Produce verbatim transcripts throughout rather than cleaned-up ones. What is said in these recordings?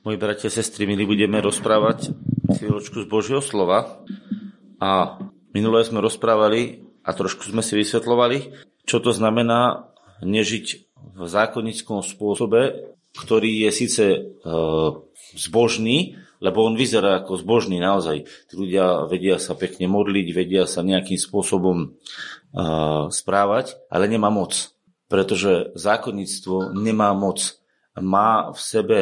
Moji bratia a sestry, milí, budeme rozprávať chvíľočku z Božieho slova. A minulé sme rozprávali a trošku sme si vysvetľovali, čo to znamená nežiť v zákonnickom spôsobe, ktorý je síce e, zbožný, lebo on vyzerá ako zbožný naozaj. Tí ľudia vedia sa pekne modliť, vedia sa nejakým spôsobom e, správať, ale nemá moc. Pretože zákonníctvo nemá moc. Má v sebe,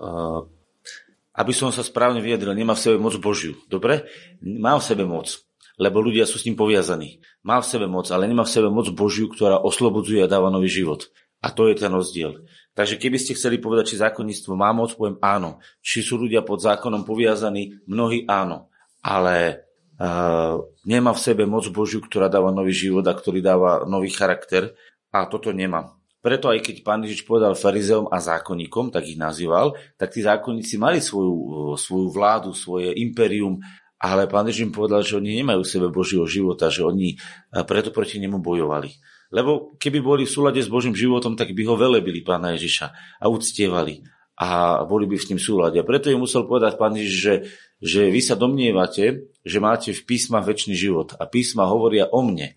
aby som sa správne vyjadril, nemá v sebe moc Božiu. Dobre? Má v sebe moc, lebo ľudia sú s ním poviazaní. Má v sebe moc, ale nemá v sebe moc Božiu, ktorá oslobodzuje a dáva nový život. A to je ten rozdiel. Takže keby ste chceli povedať, či zákonníctvo má moc, poviem áno. Či sú ľudia pod zákonom poviazaní, mnohí áno. Ale uh, nemá v sebe moc Božiu, ktorá dáva nový život a ktorý dáva nový charakter. A toto nemá. Preto aj keď Pán Ježiš povedal farizeom a zákonníkom, tak ich nazýval, tak tí zákonníci mali svoju, svoju vládu, svoje impérium, ale Pán Ježiš im povedal, že oni nemajú v sebe Božieho života, že oni preto proti nemu bojovali. Lebo keby boli v súlade s Božím životom, tak by ho velebili Pána Ježiša a uctievali a boli by v ním súlade. A preto im musel povedať Pán Ježiš, že, že vy sa domnievate, že máte v písmach večný život a písma hovoria o mne.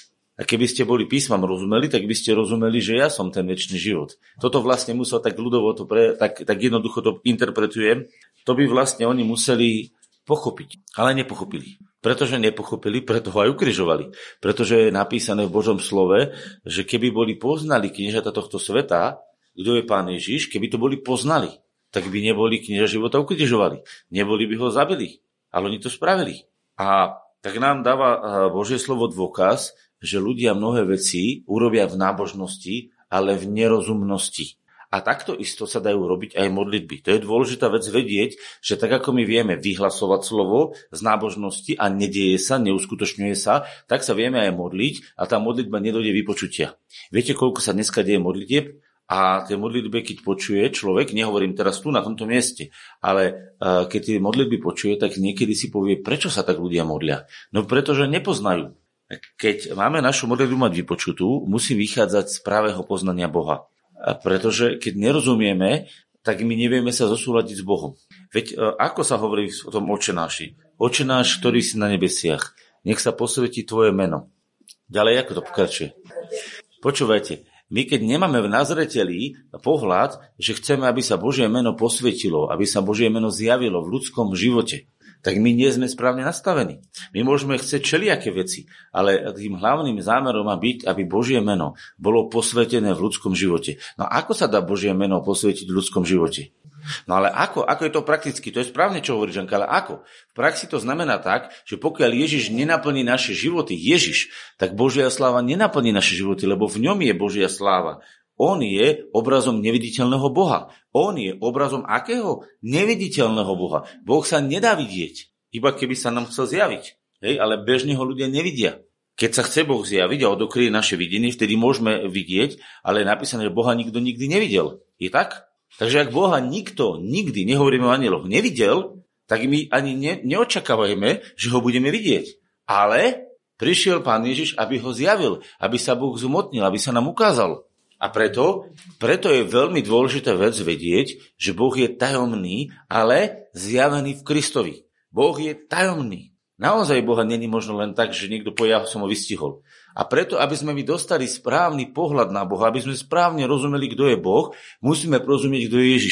A keby ste boli písmam rozumeli, tak by ste rozumeli, že ja som ten večný život. Toto vlastne musel tak ľudovo, to pre, tak, tak jednoducho to interpretujem, to by vlastne oni museli pochopiť, ale nepochopili. Pretože nepochopili, preto ho aj ukrižovali. Pretože je napísané v Božom slove, že keby boli poznali kniežata tohto sveta, kto je Pán Ježiš, keby to boli poznali, tak by neboli knieža života ukrižovali. Neboli by ho zabili, ale oni to spravili. A tak nám dáva Božie slovo dôkaz, že ľudia mnohé veci urobia v nábožnosti, ale v nerozumnosti. A takto isto sa dajú robiť aj modlitby. To je dôležitá vec vedieť, že tak ako my vieme vyhlasovať slovo z nábožnosti a nedieje sa, neuskutočňuje sa, tak sa vieme aj modliť a tá modlitba nedojde vypočutia. Viete, koľko sa dneska deje modlitieb? A tie modlitby, keď počuje človek, nehovorím teraz tu na tomto mieste, ale keď tie modlitby počuje, tak niekedy si povie, prečo sa tak ľudia modlia? No pretože nepoznajú. Keď máme našu modlitbu mať vypočutú, musí vychádzať z pravého poznania Boha. A pretože keď nerozumieme, tak my nevieme sa zosúladiť s Bohom. Veď ako sa hovorí o tom Otčenáši? Otčenáš, ktorý si na nebesiach, nech sa posvetí tvoje meno. Ďalej, ako to pokračuje? Počúvajte, my keď nemáme v nazreteli pohľad, že chceme, aby sa Božie meno posvetilo, aby sa Božie meno zjavilo v ľudskom živote, tak my nie sme správne nastavení. My môžeme chcieť všelijaké veci, ale tým hlavným zámerom má byť, aby Božie meno bolo posvetené v ľudskom živote. No ako sa dá Božie meno posvetiť v ľudskom živote? No ale ako? Ako je to prakticky? To je správne, čo hovorí Žanka, ale ako? V praxi to znamená tak, že pokiaľ Ježiš nenaplní naše životy, Ježiš, tak Božia sláva nenaplní naše životy, lebo v ňom je Božia sláva. On je obrazom neviditeľného Boha. On je obrazom akého? Neviditeľného Boha. Boh sa nedá vidieť, iba keby sa nám chcel zjaviť. Hej, ale bežne ho ľudia nevidia. Keď sa chce Boh zjaviť a odokryje naše vidiny, vtedy môžeme vidieť, ale je napísané, že Boha nikto nikdy nevidel. Je tak? Takže ak Boha nikto nikdy, nehovoríme o anjeloch, nevidel, tak my ani ne, neočakávajme, že ho budeme vidieť. Ale prišiel Pán Ježiš, aby ho zjavil, aby sa Boh zmotnil, aby sa nám ukázal. A preto, preto je veľmi dôležitá vec vedieť, že Boh je tajomný, ale zjavený v Kristovi. Boh je tajomný. Naozaj Boha není možno len tak, že niekto povie, ja som ho vystihol. A preto, aby sme my dostali správny pohľad na Boha, aby sme správne rozumeli, kto je Boh, musíme porozumieť, kto je Ježiš.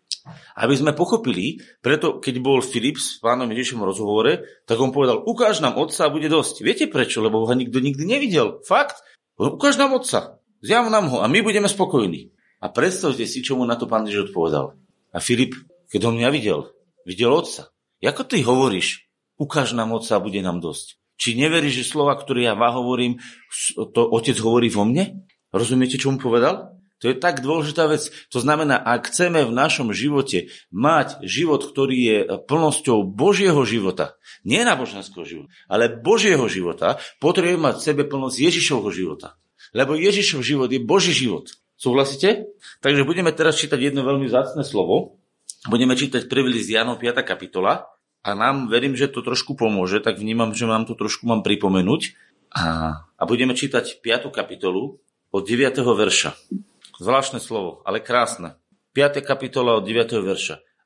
Aby sme pochopili, preto keď bol Filip s Pánom Ježišom v rozhovore, tak on povedal, ukáž nám Otca a bude dosť. Viete prečo? Lebo Boha nikto nikdy nevidel. Fakt? Ukáž nám Otca. Zjav nám ho a my budeme spokojní. A predstavte si, čo mu na to Pán Ježiš odpovedal. A Filip, keď ho mňa videl, videl Otca. Ako ty hovoríš, ukáž nám Otca a bude nám dosť. Či neveríš, že slova, ktoré ja vám hovorím, to Otec hovorí vo mne? Rozumiete, čo mu povedal? To je tak dôležitá vec. To znamená, ak chceme v našom živote mať život, ktorý je plnosťou Božieho života, nie náboženského života, ale Božieho života, potrebujeme mať v sebe plnosť Ježišovho života. Lebo Ježišov život je Boží život. Súhlasíte? Takže budeme teraz čítať jedno veľmi vzácne slovo. Budeme čítať prvý list Jánov piata kapitola a nám, verím, že to trošku pomôže, tak vnímam, že vám to trošku mám pripomenúť. A, a budeme čítať piatu kapitolu od deviateho verša. Zvláštne slovo, ale krásne. piata kapitola od deviateho verša.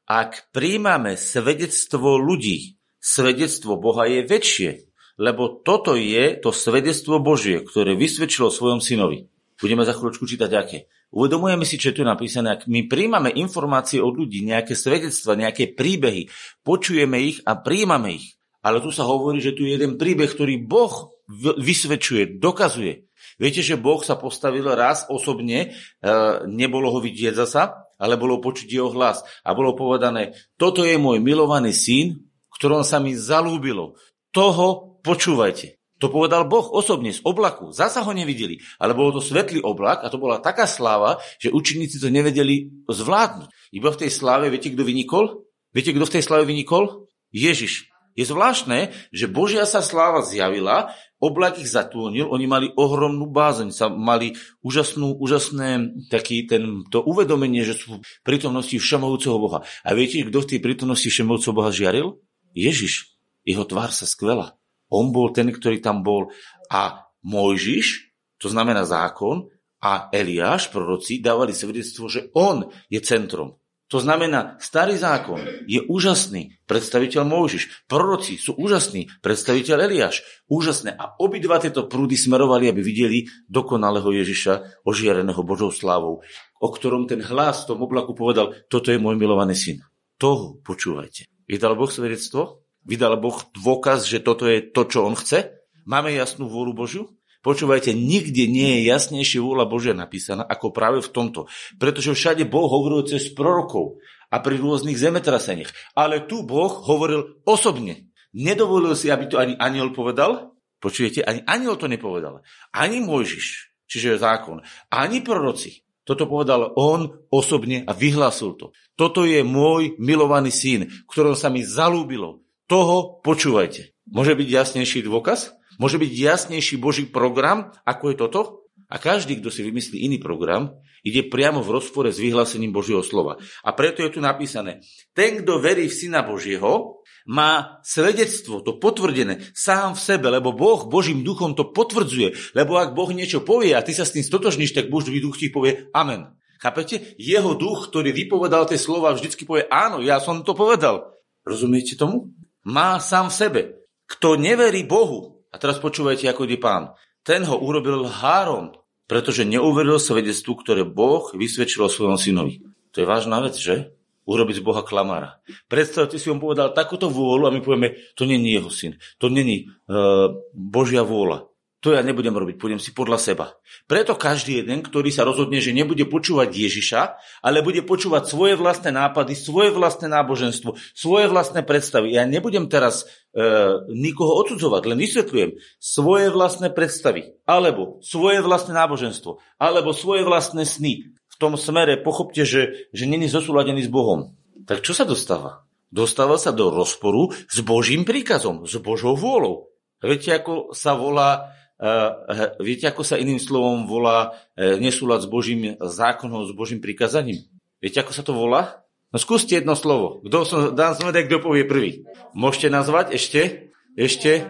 ak príjmame svedectvo ľudí, svedectvo Boha je väčšie, lebo toto je to svedectvo Božie, ktoré vysvedčilo svojom synovi. Budeme za chvíľočku čítať aké. Uvedomujeme si, čo je tu napísané. Ak my príjmame informácie od ľudí, nejaké svedectva, nejaké príbehy, počujeme ich a príjmame ich. Ale tu sa hovorí, že tu je jeden príbeh, ktorý Boh vysvedčuje, dokazuje. Viete, že Boh sa postavil raz osobne, nebolo ho vidieť zasa, ale bolo počuť jeho hlas. A bolo povedané, toto je môj milovaný syn, ktorom sa mi zalúbilo. Toho počúvajte. To povedal Boh osobne z oblaku. Zasa ho nevideli, ale bolo to svetlý oblak a to bola taká sláva, že učeníci to nevedeli zvládnuť. Iba v tej sláve, viete, kto vynikol? Viete, kto v tej sláve vynikol? Ježiš. Je zvláštne, že Božia sa sláva zjavila, oblak ich zatúnil, oni mali ohromnú bázeň, sa mali úžasnú, úžasné taký ten, to uvedomenie, že sú v prítomnosti všemohúceho Boha. A viete, kto v tej prítomnosti všemohúceho Boha žiaril? Ježiš. Jeho tvár sa skvela. On bol ten, ktorý tam bol. A Mojžiš, to znamená zákon, a Eliáš, proroci, dávali svedectvo, že on je centrom. To znamená, starý zákon je úžasný predstaviteľ Mojžiš. Proroci sú úžasní predstaviteľ Eliáš. Úžasné. A obidva tieto prúdy smerovali, aby videli dokonalého Ježiša, ožiareného Božou slávou, o ktorom ten hlas v tom oblaku povedal, toto je môj milovaný syn. Toho počúvajte. Vydal Boh svedectvo? Vydal Boh dôkaz, že toto je to, čo on chce? Máme jasnú vôľu Božiu? Počúvajte, nikde nie je jasnejšia vôľa Božia napísaná ako práve v tomto. Pretože všade Boh hovoril cez prorokov a pri rôznych zemetraseniach. Ale tu Boh hovoril osobne. Nedovolil si, aby to ani anjel povedal. Počujete, ani anjel to nepovedal. Ani Mojžiš, čiže zákon, ani proroci. Toto povedal on osobne a vyhlásil to. Toto je môj milovaný syn, ktorom sa mi zalúbilo. Toho počúvajte. Môže byť jasnejší dôkaz? Môže byť jasnejší Boží program, ako je toto? A každý, kto si vymyslí iný program, ide priamo v rozpore s vyhlásením Božieho slova. A preto je tu napísané, ten, kto verí v Syna Božieho, má svedectvo, to potvrdené, sám v sebe, lebo Boh Božím duchom to potvrdzuje. Lebo ak Boh niečo povie a ty sa s tým stotožníš, tak Boží duch ti povie amen. Chápete? Jeho duch, ktorý vypovedal tie slova, vždycky povie áno, ja som to povedal. Rozumiete tomu? Má sám v sebe. Kto neverí Bohu, a teraz počúvajte, ako ide Pán, ten ho urobil lhárom, pretože neuveril svedectvu, ktoré Boh vysvedčil o svojom synovi. To je vážna vec, že? Urobiť z Boha klamára. Predstavte si, on povedal takúto vôľu a my povieme, to není jeho syn, to není uh, Božia vôľa. To ja nebudem robiť, pôjdem si podľa seba. Preto každý jeden, ktorý sa rozhodne, že nebude počúvať Ježiša, ale bude počúvať svoje vlastné nápady, svoje vlastné náboženstvo, svoje vlastné predstavy. Ja nebudem teraz e, nikoho odsudzovať, len vysvetľujem svoje vlastné predstavy, alebo svoje vlastné náboženstvo, alebo svoje vlastné sny. V tom smere pochopte, že, že není zosúladený s Bohom. Tak čo sa dostáva? Dostáva sa do rozporu s Božím príkazom, s Božou vôľou. Viete, ako sa volá Uh, viete, ako sa iným slovom volá uh, nesúlad s Božím zákonom, s Božím prikazaním? Viete, ako sa to volá? No skúste jedno slovo. Kto som, dám zvedek, kto povie prvý. Môžete nazvať ešte? Ešte?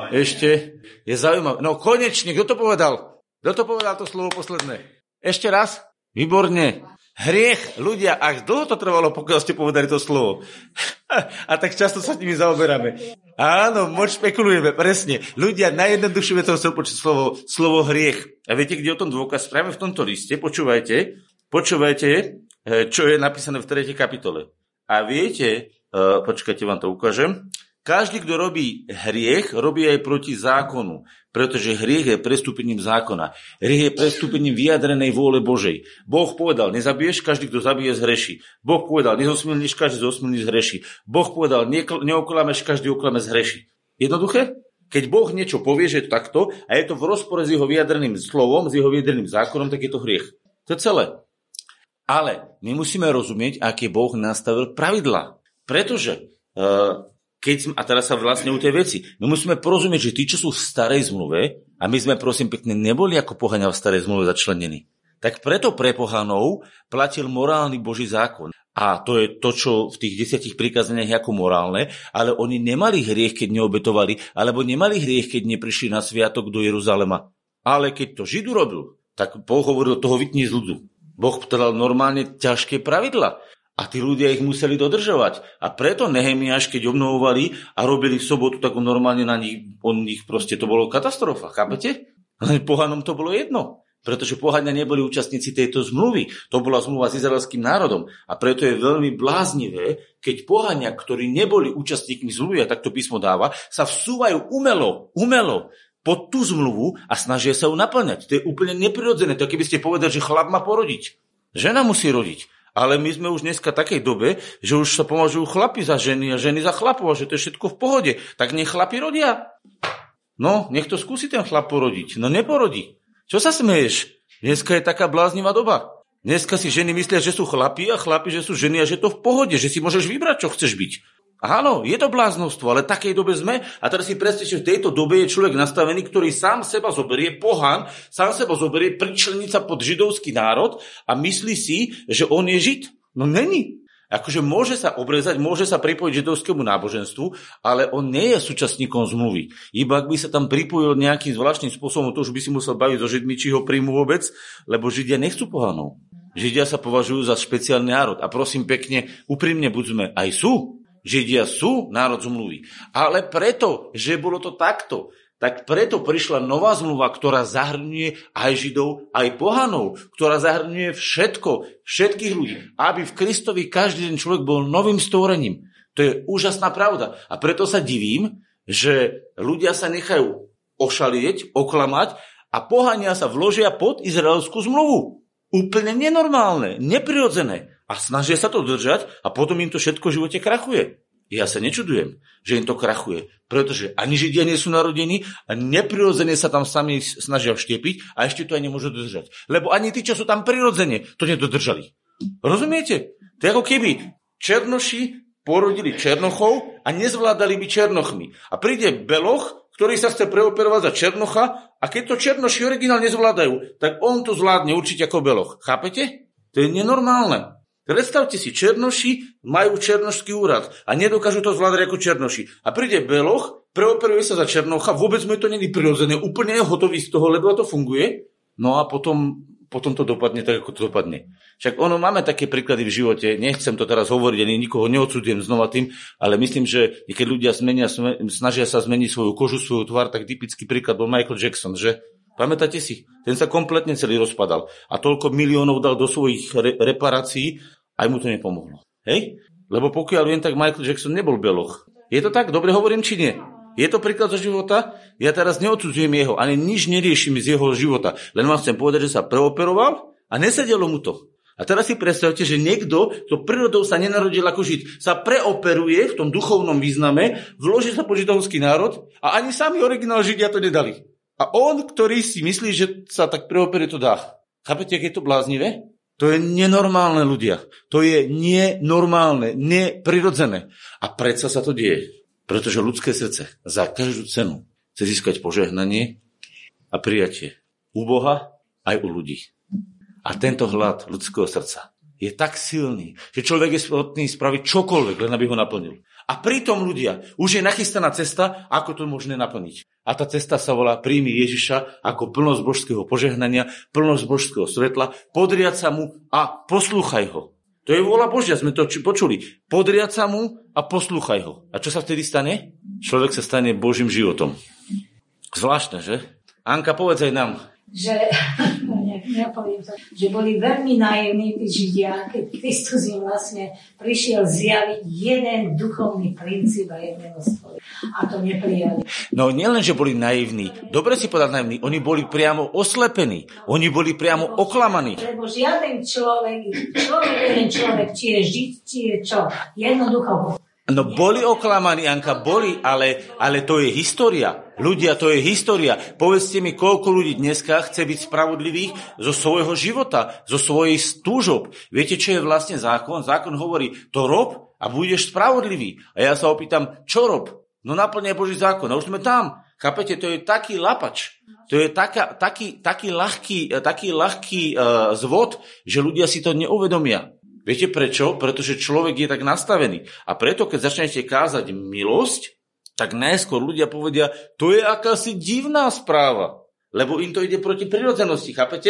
Ešte? Je zaujímavé. No konečne, kto to povedal? Kto to povedal to slovo posledné? Ešte raz? Výborne. Hriech, ľudia, až dlho to trvalo, pokiaľ ste povedali to slovo. A tak často sa s nimi zaoberáme. Áno, moc špekulujeme, presne. Ľudia, najjednoduchšie by to chcel počuť slovo, slovo hriech. A viete, kde o tom dôkaz? Práve v tomto liste, počúvajte, počúvajte, čo je napísané v tretej kapitole. A viete, počkajte, vám to ukážem, každý, kto robí hriech, robí aj proti zákonu, pretože hriech je prestúpením zákona. Hriech je prestúpením vyjadrenej vôle Božej. Boh povedal, nezabiješ, každý, kto zabije, zhreší. Boh povedal, nezosmilníš, každý zosmilní, zhreší. Boh povedal, neoklameš, každý oklame, zhreší. Jednoduché? Keď Boh niečo povie, že je to takto a je to v rozpore s jeho vyjadreným slovom, s jeho vyjadreným zákonom, tak je to hriech. To je celé. Ale my musíme rozumieť, aké Boh nastavil pravidlá. Pretože uh, Keď, a teraz sa vlastne u tej veci. My musíme porozumieť, že tí, čo sú v starej zmluve, a my sme, prosím pekne, neboli ako pohania v starej zmluve začlenení, tak preto pre pohanov platil morálny Boží zákon. A to je to, čo v tých desiatich prikázaniach je ako morálne, ale oni nemali hriech, keď neobetovali, alebo nemali hriech, keď neprišli na sviatok do Jeruzalema. Ale keď to Žid urobil, tak Boh hovoril, toho vytni z ľudu. Boh podal normálne ťažké pravidla. A tí ľudia ich museli dodržovať. A preto Nehemiáš, keď obnovovali a robili v sobotu, tak normálne na nich, on nich proste, to bolo katastrofa, chápete? Len pohanom to bolo jedno. Pretože pohania neboli účastníci tejto zmluvy. To bola zmluva s izraelským národom. A preto je veľmi bláznivé, keď pohania, ktorí neboli účastníkmi zmluvy, a tak to písmo dáva, sa vsúvajú umelo, umelo pod tú zmluvu a snažia sa ju naplňať. To je úplne neprirodzené. To keby ste povedali, že chlap má porodiť. Žena musí rodiť. Ale my sme už dneska v takej dobe, že už sa považujú chlapi za ženy a ženy za chlapov, a že to je všetko v pohode. Tak nech chlapi rodia. No, nech to skúsi ten chlap porodiť. No neporodí. Čo sa smeješ? Dneska je taká bláznivá doba. Dneska si ženy myslia, že sú chlapi a chlapi, že sú ženy a že to v pohode, že si môžeš vybrať, čo chceš byť. Áno, je to bláznostvo, ale v takej dobe sme. A teraz si predstavte, že v tejto dobe je človek nastavený, ktorý sám seba zoberie, pohan, sám seba zoberie, pričlení sa pod židovský národ a myslí si, že on je žid. No není. Akože môže sa obrezať, môže sa pripojiť židovskému náboženstvu, ale on nie je súčasníkom zmluvy. Iba ak by sa tam pripojil nejakým zvláštnym spôsobom, to už by si musel baviť so Židmi, či ho príjmu vôbec, lebo Židia nechcú pohanov. Židia sa považujú za špeciálny národ. A prosím pekne, úprimne buďme, aj sú. Židia sú národ zmluvy. Ale preto, že bolo to takto, tak preto prišla nová zmluva, ktorá zahrňuje aj Židov, aj pohanov, ktorá zahrňuje všetko, všetkých ľudí. Aby v Kristovi každý ten človek bol novým stvorením. To je úžasná pravda. A preto sa divím, že ľudia sa nechajú ošalieť, oklamať a pohania sa vložia pod izraelskú zmluvu. Úplne nenormálne, neprirodzené. A snažia sa to držať a potom im to všetko v živote krachuje. Ja sa nečudujem, že im to krachuje, pretože ani Židia nie sú narodení a neprirodzene sa tam sami snažia vštiepiť a ešte to aj nemôžu dodržať. Lebo ani tí, čo sú tam prirodzene, to nedodržali. Rozumiete? To je ako keby Černoši porodili Černochov a nezvládali by Černochmi. A príde Beloch, ktorý sa chce preoperovať za Černocha a keď to Černoši originál nezvládajú, tak on to zvládne určite ako Beloch. Chápete? To je nenormálne. Predstavte si, Černoši majú černošský úrad a nedokážu to zvládať ako Černoši. A príde Beloch, preoperuje sa za Černocha, vôbec mu to není prirodzené, úplne je hotový z toho, lebo to funguje. No a potom, potom to dopadne tak, ako to dopadne. Však ono, máme také príklady v živote, nechcem to teraz hovoriť, ani nikoho neodsudzujem znova tým, ale myslím, že keď ľudia zmenia, snažia sa zmeniť svoju kožu, svoju tvár, tak typický príklad bol Michael Jackson, že? Pamätáte si? Ten sa kompletne celý rozpadal a toľko miliónov dal do svojich re- reparácií, aj mu to nepomohlo. Hej? Lebo pokiaľ viem, tak Michael Jackson nebol Beloch. Je to tak? Dobre hovorím, či nie? Je to príklad zo života? Ja teraz neodsudzujem jeho, ani nič neriešim z jeho života. Len vám chcem povedať, že sa preoperoval a nesedelo mu to. A teraz si predstavte, že niekto, kto prírodou sa nenarodil ako Žid, sa preoperuje v tom duchovnom význame, vloží sa po židovský národ a ani sami originál Židia to nedali. A on, ktorý si myslí, že sa tak preoperuje, to dá. Chápete, aké je to bláznivé? To je nenormálne, ľudia. To je nenormálne, neprirodzené. A predsa sa to deje. Pretože ľudské srdce za každú cenu chce získať požehnanie a prijatie u Boha aj u ľudí. A tento hlad ľudského srdca je tak silný, že človek je schopný spraviť čokoľvek, len aby ho naplnil. A pritom, ľudia, už je nachystaná cesta, ako to možné naplniť. A tá cesta sa volá príjmi Ježiša ako plnosť božského požehnania, plnosť božského svetla, podriať sa mu a poslúchaj ho. To je vôľa Božia, sme to počuli. Podriať sa mu a poslúchaj ho. A čo sa vtedy stane? Človek sa stane Božím životom. Zvláštne, že? Anka, povedz aj nám. Že, nepoviem to, že boli veľmi naivní tí Židia, keď Kristus im vlastne prišiel zjaviť jeden duchovný princíp a jedného svoje. A to neprijali. No nielen, že boli naivní, dobre si povedať naivní, oni boli priamo oslepení, oni boli priamo oklamaní. Lebo žiaden človek, človek jeden človek, či je Žid, či je čo, jednoducho. No boli oklamaní, Anka, boli, ale, ale to je história. Ľudia, to je história. Povedzte mi, koľko ľudí dneska chce byť spravodlivých zo svojho života, zo svojej túžob. Viete, čo je vlastne zákon? Zákon hovorí, to rob a budeš spravodlivý. A ja sa opýtam, čo rob? No naplňaj Boží zákon. A už sme tam. Chápete, to je taký lapač. To je taká, taký, taký ľahký, taký ľahký uh, zvod, že ľudia si to neuvedomia. Viete prečo? Pretože človek je tak nastavený. A preto, keď začnete kázať milosť, tak najskôr ľudia povedia, to je akási divná správa. Lebo im to ide proti prirodzenosti, chápete?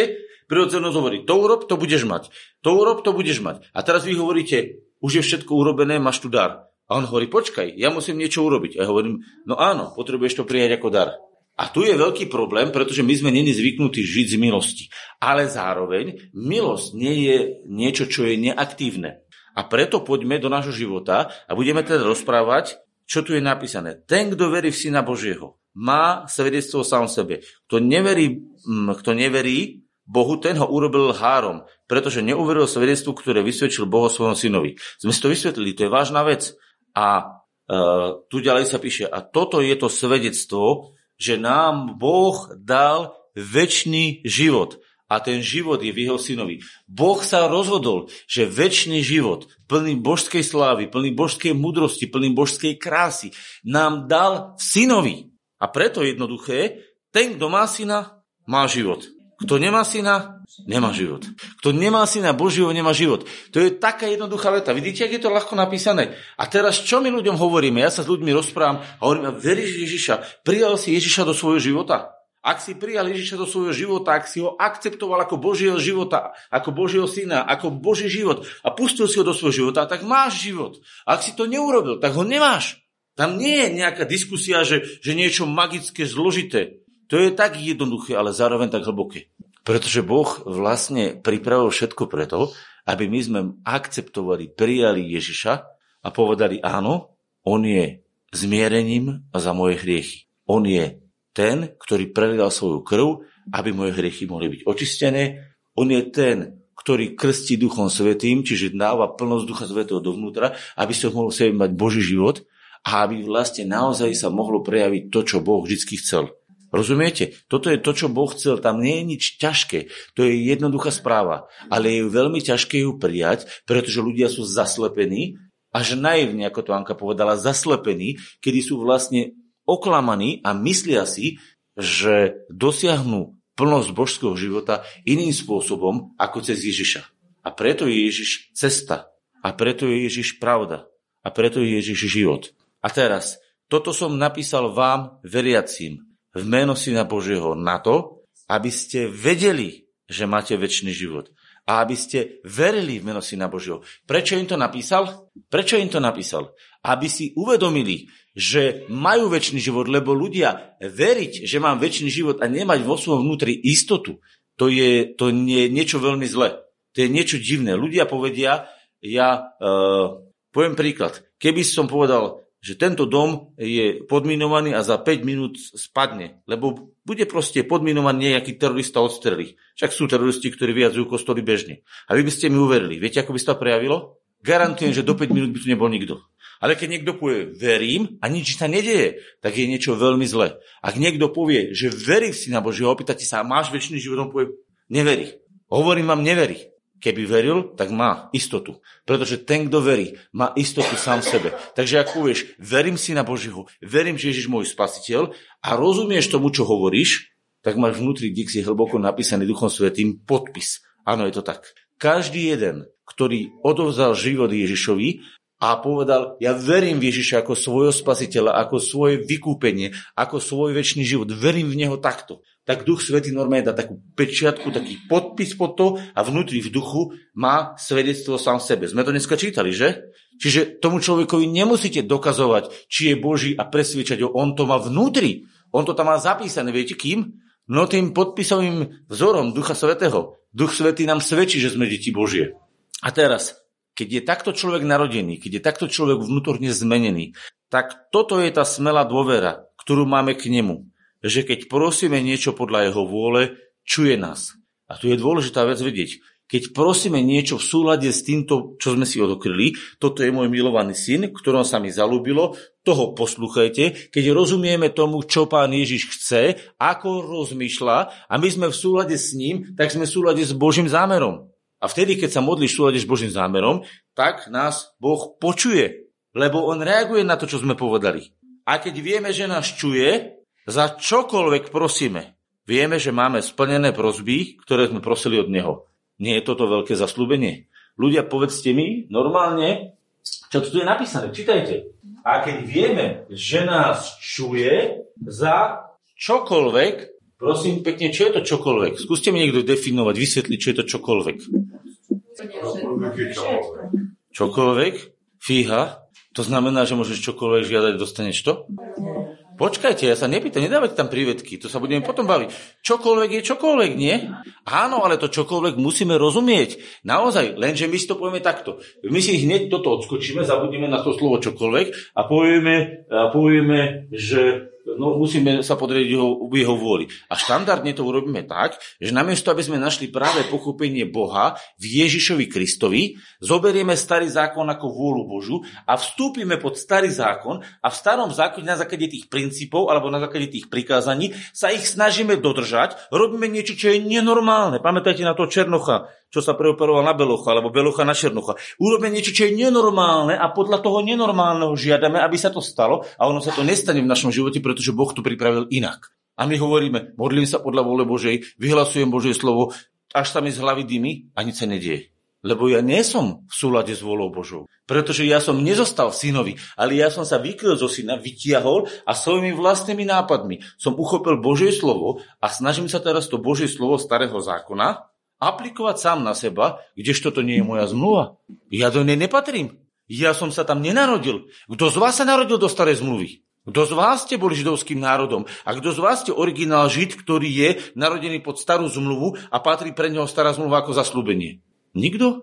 Prirodzenosť hovorí, to urob, to budeš mať. To urob, to budeš mať. A teraz vy hovoríte, už je všetko urobené, máš tu dar. A on hovorí, počkaj, ja musím niečo urobiť. A ja hovorím, no áno, potrebuješ to prijať ako dar. A tu je veľký problém, pretože my sme neni zvyknutí žiť z milosti. Ale zároveň milosť nie je niečo, čo je neaktívne. A preto poďme do nášho života a budeme teda rozprávať, čo tu je napísané. Ten, kto verí v Syna Božieho, má svedectvo sám sebe. Kto neverí, kto neverí Bohu, ten ho urobil lhárom, pretože neuveril svedectvu, ktoré vysvedčil Boh o svojom synovi. Sme si to vysvetlili, to je vážna vec. A uh, tu ďalej sa píše, a toto je to svedectvo, že nám Boh dal večný život. A ten život je v jeho synovi. Boh sa rozhodol, že večný život, plný božskej slávy, plný božskej múdrosti, plný božskej krásy, nám dal v synovi. A preto jednoduché, ten, kto má syna, má život. Kto nemá syna, nemá život. Kto nemá syna Božieho, nemá život. To je taká jednoduchá veta. Vidíte, jak je to ľahko napísané? A teraz, čo my ľuďom hovoríme? Ja sa s ľuďmi rozprávam a hovorím, veríš Ježiša? Prijal si Ježiša do svojho života? Ak si prijal Ježiša do svojho života, ak si ho akceptoval ako Božieho života, ako Božieho syna, ako Boží život a pustil si ho do svojho života, tak máš život. A ak si to neurobil, tak ho nemáš. Tam nie je nejaká diskusia, že, že niečo magické, zložité. To je tak jednoduché, ale zároveň tak hlboké. Pretože Boh vlastne pripravil všetko preto, aby my sme akceptovali, prijali Ježiša a povedali áno, on je zmierením za moje hriechy. On je ten, ktorý prelial svoju krv, aby moje hriechy mohli byť očistené. On je ten, ktorý krstí Duchom Svätým, čiže dáva plnosť Ducha Svätého dovnútra, aby ste mohli sebe mať Boží život a aby vlastne naozaj sa mohlo prejaviť to, čo Boh vždy chcel. Rozumiete? Toto je to, čo Boh chcel. Tam nie je nič ťažké. To je jednoduchá správa. Ale je veľmi ťažké ju prijať, pretože ľudia sú zaslepení, až naivne, ako to Anka povedala, zaslepení, kedy sú vlastne oklamaní a myslia si, že dosiahnu plnosť božského života iným spôsobom ako cez Ježiša. A preto je Ježiš cesta. A preto je Ježiš pravda. A preto je Ježiš život. A teraz, toto som napísal vám, veriacím, v meno Syna Božieho na to, aby ste vedeli, že máte večný život. A aby ste verili v meno Syna Božieho. Prečo im to napísal? Prečo im to napísal? Aby si uvedomili, že majú večný život, lebo ľudia veriť, že mám večný život a nemať vo svojom vnútri istotu, to je, to nie, niečo veľmi zlé. To je niečo divné. Ľudia povedia, ja uh, poviem príklad. Keby som povedal, že tento dom je podminovaný a za päť minút spadne, lebo bude proste podminovaný nejaký terorista odstrelí. Však sú teroristi, ktorí vyjadzujú kostoly bežne. A vy by ste mi uverili. Viete, ako by sa to prejavilo? Garantujem, že do päť minút by tu nebol nikto. Ale keď niekto povie, verím a nič sa nedeje, tak je niečo veľmi zlé. Ak niekto povie, že verí v Syna Božieho, opýtate sa, máš večný život, on povie, neverí. Hovorím vám, neverí. Keby veril, tak má istotu. Pretože ten, kto verí, má istotu sám v sebe. Takže ak povieš, verím Syna Božieho, verím, že Ježiš môj spasiteľ a rozumieš tomu, čo hovoríš, tak máš vnútri, kde si hlboko napísaný Duchom Svätým podpis. Áno, je to tak. Každý jeden, ktorý odovzdal život Ježišovi a povedal, ja verím v Ježiša ako svojho spasiteľa, ako svoje vykúpenie, ako svoj večný život, verím v neho takto. Tak Duch Svätý normálne dá takú pečiatku, taký podpis pod to a vnútri v duchu má svedectvo sám v sebe. Sme to dneska čítali, že? Čiže tomu človekovi nemusíte dokazovať, či je Boží a presviečať ho, on to má vnútri. On to tam má zapísané, viete kým? No tým podpisovým vzorom Ducha Svätého. Duch Svätý nám svedčí, že sme deti Božie. A teraz, keď je takto človek narodený, keď je takto človek vnútorne zmenený, tak toto je tá smelá dôvera, ktorú máme k nemu. Že keď prosíme niečo podľa jeho vôle, čuje nás. A tu je dôležitá vec vedieť. Keď prosíme niečo v súlade s týmto, čo sme si odokryli, toto je môj milovaný syn, ktorom sa mi zalúbilo, toho poslúchajte. Keď rozumieme tomu, čo Pán Ježiš chce, ako rozmýšľa a my sme v súlade s ním, tak sme v súlade s Božím zámerom. A vtedy, keď sa modlíš v súlade s Božím zámerom, tak nás Boh počuje, lebo on reaguje na to, čo sme povedali. A keď vieme, že nás čuje, za čokoľvek prosíme, vieme, že máme splnené prosby, ktoré sme prosili od neho. Nie je toto veľké zasľúbenie? Ľudia, povedzte mi, normálne, čo tu je napísané, čítajte. A keď vieme, že nás čuje, za čokoľvek Prosím pekne, čo je to čokoľvek? Skúste mi niekto definovať, vysvetliť, čo je to čokoľvek. Čokoľvek? Fíha? To znamená, že môžeš čokoľvek žiadať, dostaneš to? Počkajte, ja sa nepýtam, nedávajte tam prívedky, to sa budeme potom baviť. Čokoľvek je čokoľvek, nie? Áno, ale to čokoľvek musíme rozumieť. Naozaj, lenže my si to povieme takto. My si hneď toto odskočíme, zabudneme na to slovo čokoľvek a povieme, a povieme že no, musíme sa podriadiť jeho, jeho vôli. A štandardne to urobíme tak, že namiesto, aby sme našli práve pochopenie Boha v Ježišovi Kristovi, zoberieme starý zákon ako vôľu Božu a vstúpime pod starý zákon a v starom zákone na základe tých princípov alebo na základe tých prikázaní sa ich snažíme dodržať, robíme niečo, čo je nenormálne. Pamätajte na to Černocha, čo sa preoperoval na Belocha, alebo Belocha na Černocha. Urobíme niečo, čo je nenormálne a podľa toho nenormálneho žiadame, aby sa to stalo a ono sa to nestane v našom živote, pretože Boh to pripravil inak. A my hovoríme, modlím sa podľa vôle Božej, vyhlasujem Božie slovo, až sa mi z hlavy dymy a nič sa nedieje. Lebo ja nie som v súlade s vôľou Božou. Pretože ja som nezostal v synovi, ale ja som sa vykryl zo syna, vytiahol a svojimi vlastnými nápadmi som uchopil Božie slovo a snažím sa teraz to Božie slovo starého zákona aplikovať sám na seba, kdežto to nie je moja zmluva. Ja do nej nepatrím. Ja som sa tam nenarodil. Kto z vás sa narodil do starej zmluvy? Kto z vás ste boli židovským národom? A kto z vás ste originál Žid, ktorý je narodený pod starú zmluvu a patrí pre neho stará zmluva ako zasľúbenie? Nikto?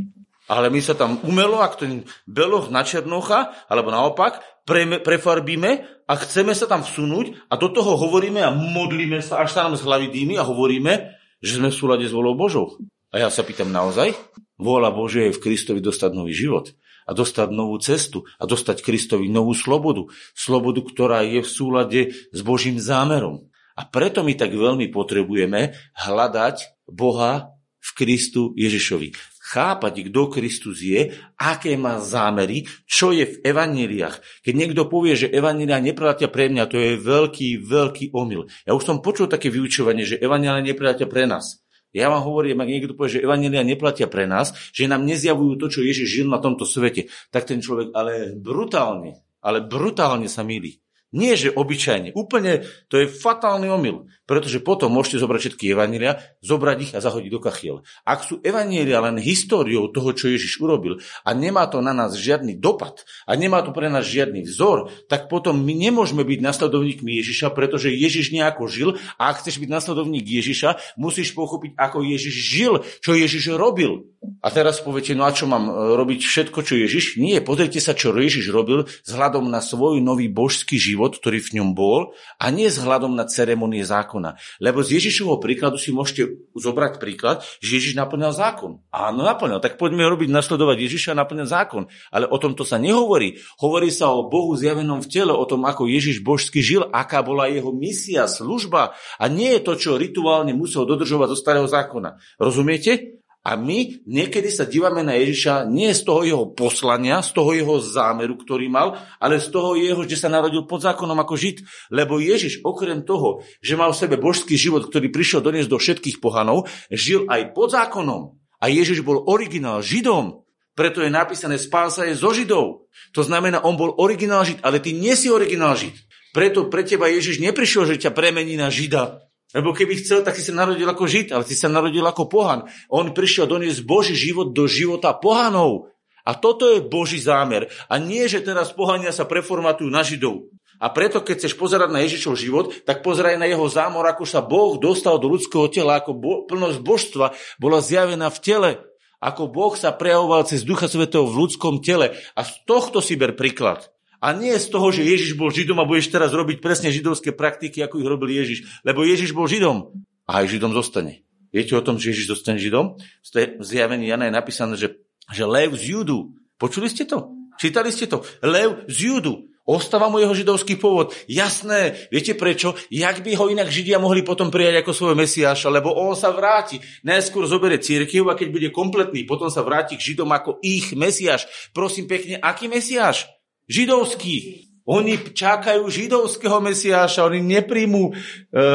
Ale my sa tam umelo, ak ten Beloch na Černocha, alebo naopak, pre, prefarbíme a chceme sa tam vsunúť a do toho hovoríme a modlíme sa, až sa nám z hlavy dýmy a hovoríme, že sme v súlade s vôľou Božou. A ja sa pýtam naozaj, vôľa Božia je v Kristovi dostať nový život a dostať novú cestu a dostať Kristovi novú slobodu. Slobodu, ktorá je v súlade s Božím zámerom. A preto my tak veľmi potrebujeme hľadať Boha v Kristu Ježišovi. Chápať, kto Kristus je, aké má zámery, čo je v evanjeliách. Keď niekto povie, že evanjelia neplatia pre mňa, to je veľký, veľký omyl. Ja už som počul také vyučovanie, že evanjelia neplatia pre nás. Ja vám hovorím, ak niekto povie, že evanjelia neplatia pre nás, že nám nezjavujú to, čo Ježiš žil na tomto svete, tak ten človek ale brutálne, ale brutálne sa mýli. Nie, že obyčajne. Úplne to je fatálny omyl. Pretože potom môžete zobrať všetky evanjelia, zobrať ich a zahodiť do kachiel. Ak sú evanjelia len históriou toho, čo Ježiš urobil a nemá to na nás žiadny dopad a nemá to pre nás žiadny vzor, tak potom my nemôžeme byť nasledovníkmi Ježiša, pretože Ježiš nejako žil a ak chceš byť nasledovník Ježiša, musíš pochopiť, ako Ježiš žil, čo Ježiš robil. A teraz poviete, no a čo mám robiť všetko, čo Ježiš? Nie, pozrite sa, čo Ježiš robil vzhľadom na svoj nový božský život, ktorý v ňom bol, a nie vzhľadom na ceremonie zákona. Lebo z Ježišovho príkladu si môžete zobrať príklad, že Ježiš naplňal zákon. Áno, naplňal. Tak poďme robiť, nasledovať Ježiša a naplňať zákon. Ale o tomto sa nehovorí. Hovorí sa o Bohu zjavenom v tele, o tom, ako Ježiš božsky žil, aká bola jeho misia, služba. A nie je to, čo rituálne musel dodržovať zo starého zákona. Rozumiete? A my niekedy sa dívame na Ježiša nie z toho jeho poslania, z toho jeho zámeru, ktorý mal, ale z toho jeho, že sa narodil pod zákonom ako Žid. Lebo Ježiš okrem toho, že mal v sebe božský život, ktorý prišiel doniesť do všetkých pohanov, žil aj pod zákonom. A Ježiš bol originál Židom. Preto je napísané, spása je zo Židov. To znamená, on bol originál Žid, ale ty nie si originál Žid. Preto pre teba Ježiš neprišiel, že ťa premení na Žida. Lebo keby chcel, tak si sa narodil ako Žid, ale si sa narodil ako pohan. On prišiel doniesť Boží život do života pohanov. A toto je Boží zámer. A nie, že teraz pohania sa preformatujú na Židov. A preto, keď chceš pozerať na Ježišov život, tak pozeraj na jeho zámor, ako sa Boh dostal do ľudského tela, ako bo- plnosť božstva bola zjavená v tele. Ako Boh sa prejavoval cez Ducha Svätého v ľudskom tele. A z tohto si ber príklad. A nie z toho, že Ježiš bol Židom a budeš teraz robiť presne židovské praktiky, ako ich robil Ježiš. Lebo Ježiš bol Židom a aj Židom zostane. Viete o tom, že Ježiš zostane Židom? V zjavení Jana je napísané, že, že lev z Judu. Počuli ste to? Čítali ste to? Lev z Judu. Ostáva mu jeho židovský pôvod. Jasné. Viete prečo? Jak by ho inak Židia mohli potom prijať ako svojho Mesiáša? Lebo on sa vráti. Najskôr zoberie cirkev a keď bude kompletný, potom sa vráti k Židom ako ich Mesiáš. Prosím pekne, aký Mesiáš? Židovský. Oni čakajú židovského Mesiáša, oni nepríjmú. E,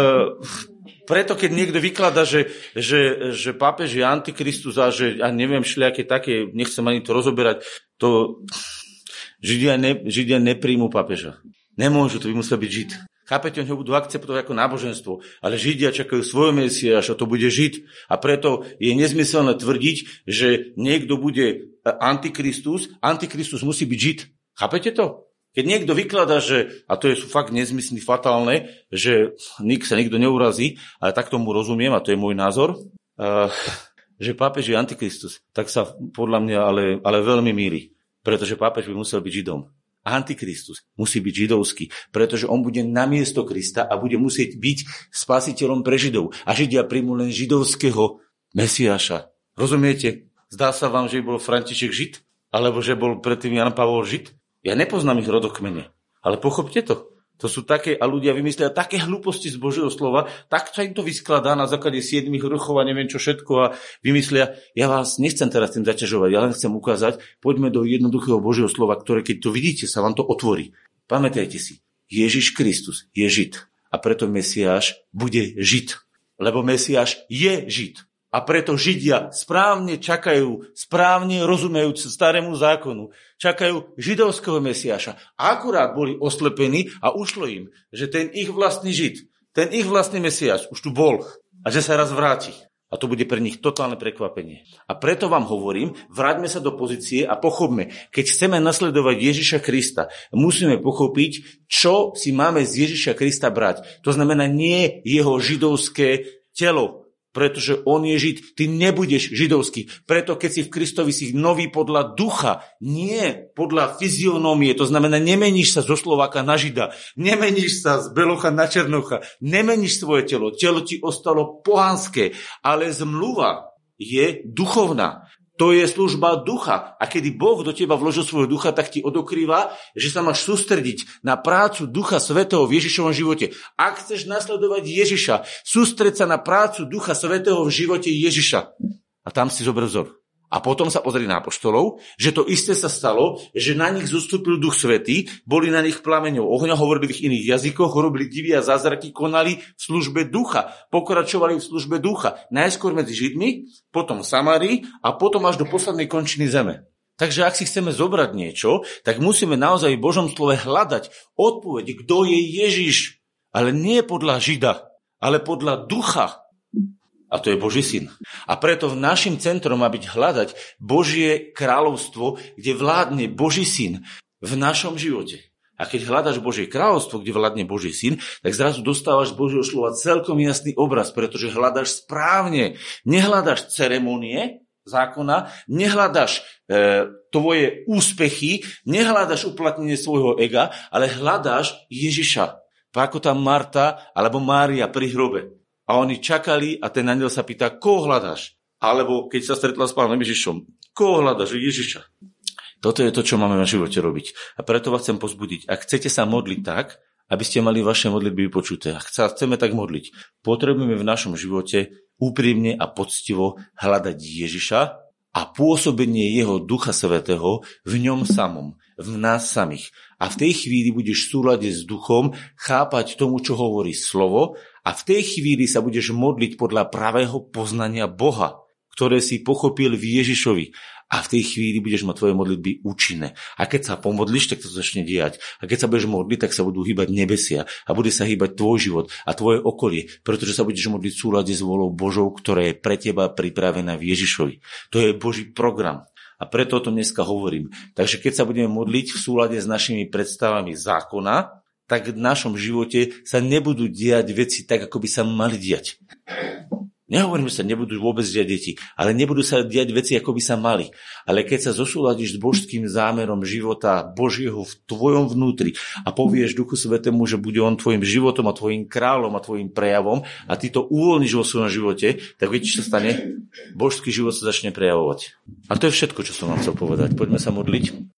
preto, keď niekto vyklada, že, že, že pápež je antikristus a že, a neviem, šliaké také, nechcem ani to rozoberať, to Židia, ne, Židia nepríjmú pápeža. Nemôžu, to by musel byť Žid. Chápete, oni ho budú akceptovať ako náboženstvo, ale Židia čakajú svojho Mesiáša, to bude Žid. A preto je nezmyselné tvrdiť, že niekto bude antikristus, antikristus musí byť Žid. Chápete to? Keď niekto vykladá, že, a to je fakt nezmyslný, fatálne, že nik sa nikto neurazí, ale tak tomu rozumiem, a to je môj názor, uh, že pápež je antikristus, tak sa podľa mňa ale, ale veľmi mýli, pretože pápež by musel byť Židom. Antikristus musí byť židovský, pretože on bude namiesto Krista a bude musieť byť spasiteľom pre Židov. A Židia príjmu len židovského Mesiáša. Rozumiete? Zdá sa vám, že bol František Žid? Alebo že bol predtým Jan Pavol Žid? Ja nepoznám ich rodokmene, ale pochopte to. To sú také, a ľudia vymyslia také hlúposti z Božieho slova, tak sa im to vyskladá na základe siedmých ruchov a neviem čo všetko a vymyslia, ja vás nechcem teraz tým zaťažovať, ja len chcem ukázať, poďme do jednoduchého Božieho slova, ktoré keď to vidíte, sa vám to otvorí. Pamätajte si, Ježiš Kristus je Žid a preto Mesiáš bude Žid, lebo Mesiáš je Žid. A preto Židia správne čakajú, správne rozumejúc starému zákonu, čakajú židovského Mesiáša. A akurát boli oslepení a ušlo im, že ten ich vlastný Žid, ten ich vlastný Mesiáš už tu bol a že sa raz vráti. A to bude pre nich totálne prekvapenie. A preto vám hovorím, vráťme sa do pozície a pochopme, keď chceme nasledovať Ježiša Krista, musíme pochopiť, čo si máme z Ježiša Krista brať. To znamená nie jeho židovské telo, pretože on je Žid. Ty nebudeš židovský. Preto keď si v Kristovi, si nový podľa ducha, nie podľa fyzionómie. To znamená, nemeníš sa zo Slováka na Žida, nemeníš sa z Belocha na Černocha, nemeníš svoje telo. Telo ti ostalo pohanské, ale zmluva je duchovná. To je služba ducha. A kedy Boh do teba vložil svojho ducha, tak ti odokrýva, že sa máš sústrediť na prácu Ducha Svätého v Ježišovom živote. Ak chceš nasledovať Ježiša, sústreď sa na prácu Ducha Svätého v živote Ježiša. A tam si zober vzor. A potom sa pozri na apoštolov, že to isté sa stalo, že na nich zostúpil Duch Svätý, boli na nich plameňov ohňa, hovorili v iných jazykoch, robili divy a zázraky, konali v službe ducha, pokračovali v službe ducha. Najskôr medzi Židmi, potom v Samárii a potom až do poslednej končiny zeme. Takže ak si chceme zobrať niečo, tak musíme naozaj v Božom slove hľadať odpoveď, kto je Ježiš, ale nie podľa Žida, ale podľa ducha. A to je Boží syn. A preto v našim centrom má byť hľadať Božie kráľovstvo, kde vládne Boží syn v našom živote. A keď hľadaš Božie kráľovstvo, kde vládne Boží syn, tak zrazu dostávaš z Božieho slova celkom jasný obraz, pretože hľadaš správne. Nehľadaš ceremonie zákona, nehľadaš e, tvoje úspechy, nehľadaš uplatnenie svojho ega, ale hľadaš Ježiša. Ako tam Marta alebo Mária pri hrobe. A oni čakali a ten anjel sa pýta, koho hľadáš? Alebo keď sa stretla s Pánom Ježišom, koho hľadáš? Ježiša. Toto je to, čo máme v živote robiť. A preto vás chcem pozbudiť. Ak chcete sa modliť tak, aby ste mali vaše modlitby vypočuté, ak sa chceme tak modliť, potrebujeme v našom živote úprimne a poctivo hľadať Ježiša a pôsobenie jeho Ducha Svätého v ňom samom, v nás samých. A v tej chvíli budeš v súlade s duchom chápať tomu, čo hovorí slovo, a v tej chvíli sa budeš modliť podľa pravého poznania Boha, ktoré si pochopil v Ježišovi. A v tej chvíli budeš mať tvoje modlitby účinné. A keď sa pomodlíš, tak to začne diať. A keď sa budeš modliť, tak sa budú hýbať nebesia a bude sa hýbať tvoj život a tvoje okolie, pretože sa budeš modliť v súlade s vôľou Božou, ktorá je pre teba pripravená v Ježišovi. To je Boží program. A preto o tom dneska hovorím. Takže keď sa budeme modliť v súlade s našimi predstavami zákona, tak v našom živote sa nebudú diať veci tak, ako by sa mali diať. Nehovorím, že sa nebudú vôbec diať deti, ale nebudú sa diať veci, ako by sa mali. Ale keď sa zosúladíš s božským zámerom života Božieho v tvojom vnútri a povieš Duchu Svätému, že bude on tvojim životom a tvojim kráľom a tvojim prejavom a ty to uvoľníš vo svojom živote, tak viete, čo sa stane? Božský život sa začne prejavovať. A to je všetko, čo som vám chcel povedať. Poďme sa modliť.